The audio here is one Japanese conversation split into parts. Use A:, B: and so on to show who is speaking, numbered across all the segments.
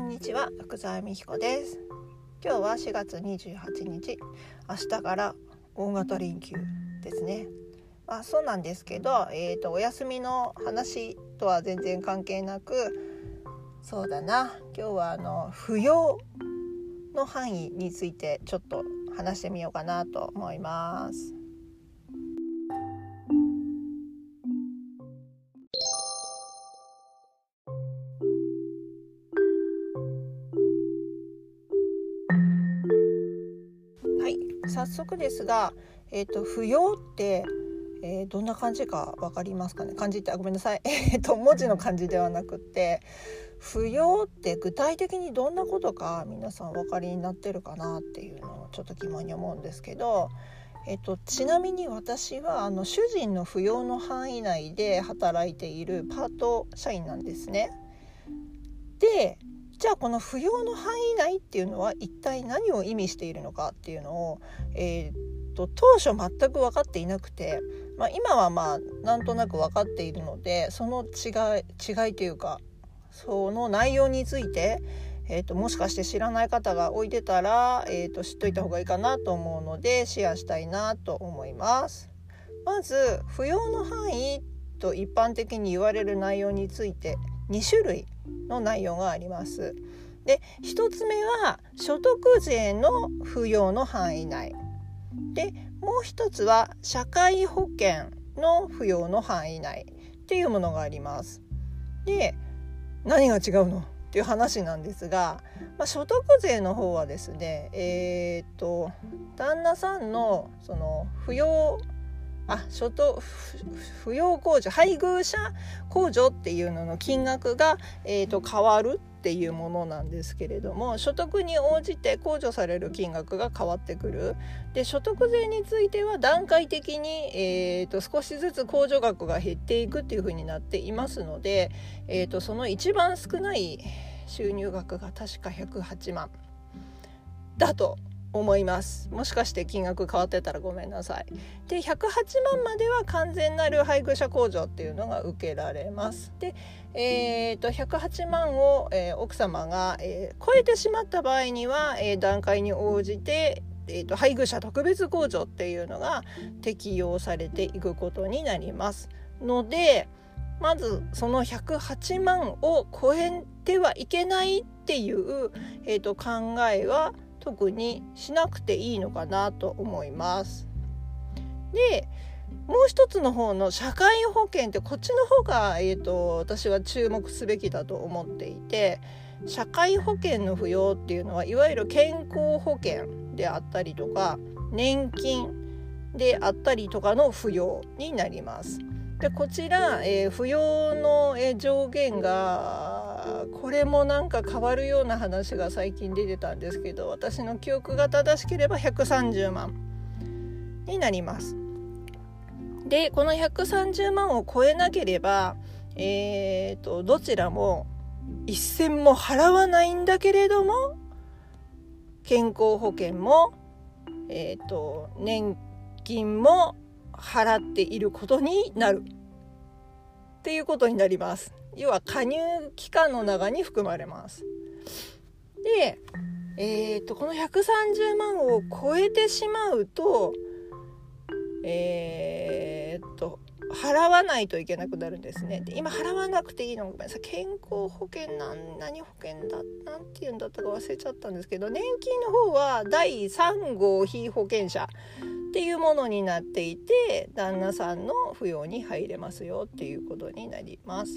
A: んにちは、福沢美彦です。今日は4月28日、明日から大型連休ですね。そうなんですけど、お休みの話とは全然関係なく、そうだな、今日は扶養の範囲についてちょっと話してみようかなと思います。はい、早速ですが、扶養って、どんな感じか分かりますかね。漢字ってごめんなさい、文字の漢字ではなくって扶養って具体的にどんなことか皆さんお分かりになってるかなっていうのをちょっと疑問に思うんですけど、ちなみに私は主人の扶養の範囲内で働いているパート社員なんですね。で、じゃあこの扶養の範囲内っていうのは一体何を意味しているのかっていうのを、当初全く分かっていなくて、今はなんとなく分かっているので、その違いというかその内容について、もしかして知らない方がおいてたら、知っといた方がいいかなと思うのでシェアしたいなと思います。まず扶養の範囲と一般的に言われる内容について2種類の内容があります。で、1つ目は所得税の扶養の範囲内で、もう一つは社会保険の扶養の範囲内っていうものがあります。で、何が違うのっていう話なんですが、所得税の方はですね、旦那さんのその扶養控除、配偶者控除っていうのの金額が、変わるっていうものなんですけれども、所得に応じて控除される金額が変わってくる。で、所得税については段階的に、少しずつ控除額が減っていくっていう風になっていますので、その一番少ない収入額が確か108万だと思います。もしかして金額変わってたらごめんなさい。で、108万までは完全なる配偶者控除っていうのが受けられます。で、108万を、奥様が、超えてしまった場合には、段階に応じて、配偶者特別控除っていうのが適用されていくことになりますので、まずその108万を超えてはいけないっていう、考えは特にしなくていいのかなと思います。で、もう一つの方の社会保険って、こっちの方が、私は注目すべきだと思っていて、社会保険の扶養っていうのはいわゆる健康保険であったりとか年金であったりとかの扶養になります。で、こちら、扶養の、上限がこれもなんか変わるような話が最近出てたんですけど、私の記憶が正しければ130万になります。で、この130万を超えなければ、どちらも一銭も払わないんだけれども、健康保険も、年金も払っていることになるっていうことになります。要は加入期間の中に含まれます。で、この130万を超えてしまうと、払わないといけなくなるんですね。で、今払わなくていいの、ごめんなさい、健康保険何保険だ、なんて言うんだったか忘れちゃったんですけど、年金の方は第3号被保険者っていうものになっていて、旦那さんの扶養に入れますよっていうことになります。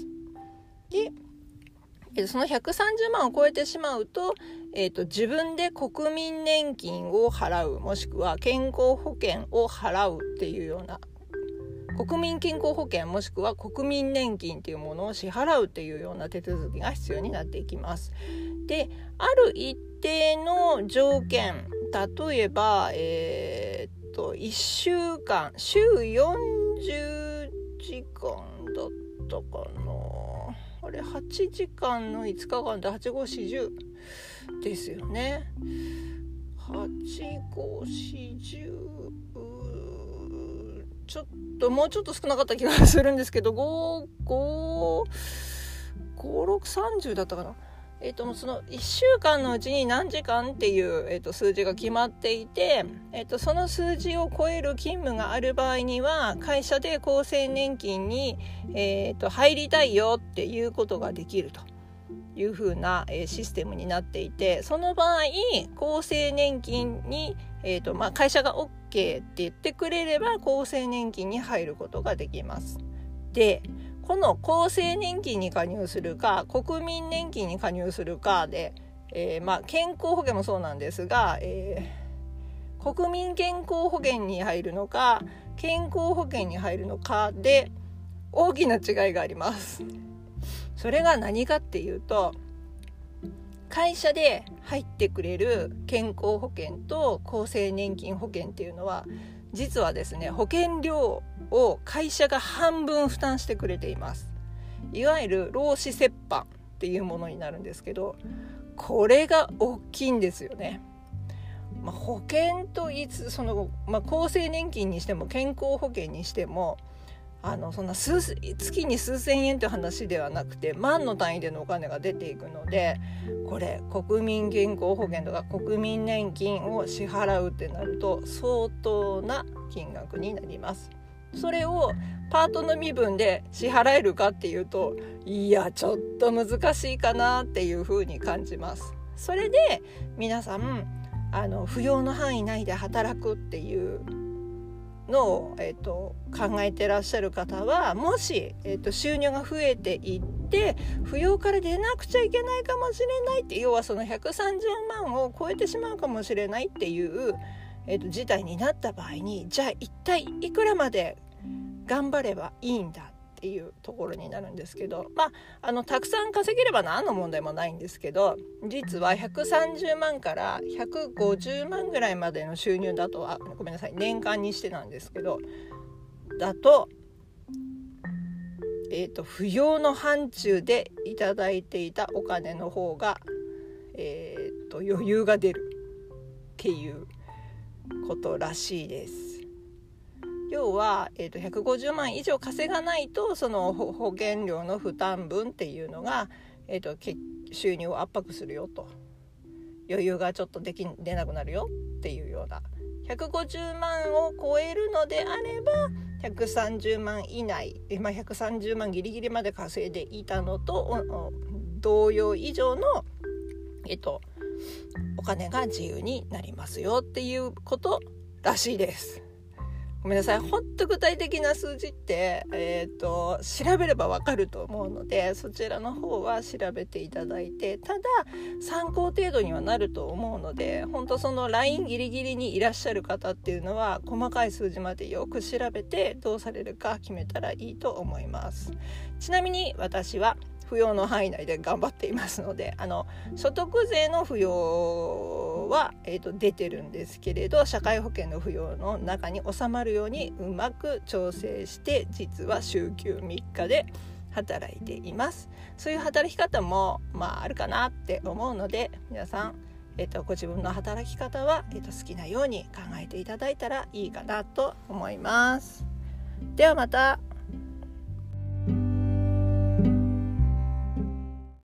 A: で、その130万を超えてしまうと、自分で国民年金を払う、もしくは健康保険を払うっていうような、国民健康保険もしくは国民年金っていうものを支払うっていうような手続きが必要になっていきます。で、ある一定の条件、例えば、1週間週40時間だったかな、あれ8時間の5日間で8×5=40ですよね。8×5=40、もうちょっと少なかった気がするんですけど、5、6、30だったかな。 その1週間のうちに何時間っていう、数字が決まっていて、その数字を超える勤務がある場合には会社で厚生年金に、入りたいよっていうことができるというふうな、システムになっていて、その場合厚生年金に、会社が OK って言ってくれれば厚生年金に入ることができます。でこの厚生年金に加入するか国民年金に加入するかで、健康保険もそうなんですが、国民健康保険に入るのか健康保険に入るのかで大きな違いがあります。それが何かっていうと、会社で入ってくれる健康保険と厚生年金保険っていうのは実はですね、保険料を会社が半分負担してくれています。いわゆる労使折半っていうものになるんですけど、これが大きいんですよね。保険といつ厚生年金にしても健康保険にしてもそんな月に数千円という話ではなくて万の単位でのお金が出ていくので、これ国民健康保険とか国民年金を支払うってなると相当な金額になります。それをパートの身分で支払えるかっていうと、いやちょっと難しいかなっていうふうに感じます。それで皆さん扶養の範囲内で働くっていうのを、考えてらっしゃる方は、もし、収入が増えていって扶養から出なくちゃいけないかもしれないって、要はその130万を超えてしまうかもしれないっていう、事態になった場合に、じゃあ一体いくらまで頑張ればいいんだっていうところになるんですけど、たくさん稼げれば何の問題もないんですけど、実は130万から150万ぐらいまでの収入だと、ごめんなさい、年間にしてなんですけどだと、扶養の範疇でいただいていたお金の方が、余裕が出るっていうことらしいです。要は、150万以上稼がないとその保険料の負担分っていうのが、収入を圧迫するよと、余裕がちょっと出なくなるよっていうような、150万を超えるのであれば130万以内、130万ギリギリまで稼いでいたのと同様以上の、お金が自由になりますよっていうことらしいです。ごめんなさい、ほんと具体的な数字って、調べればわかると思うので、そちらの方は調べていただいて、ただ参考程度にはなると思うので、本当そのラインギリギリにいらっしゃる方っていうのは細かい数字までよく調べてどうされるか決めたらいいと思います。ちなみに私は扶養の範囲内で頑張っていますので、所得税の扶養は、出てるんですけれど、社会保険の扶養の中に収まるようにうまく調整して、実は週休3日で働いています。そういう働き方も、あるかなって思うので、皆さん、ご自分の働き方は、好きなように考えていただいたらいいかなと思います。ではまた。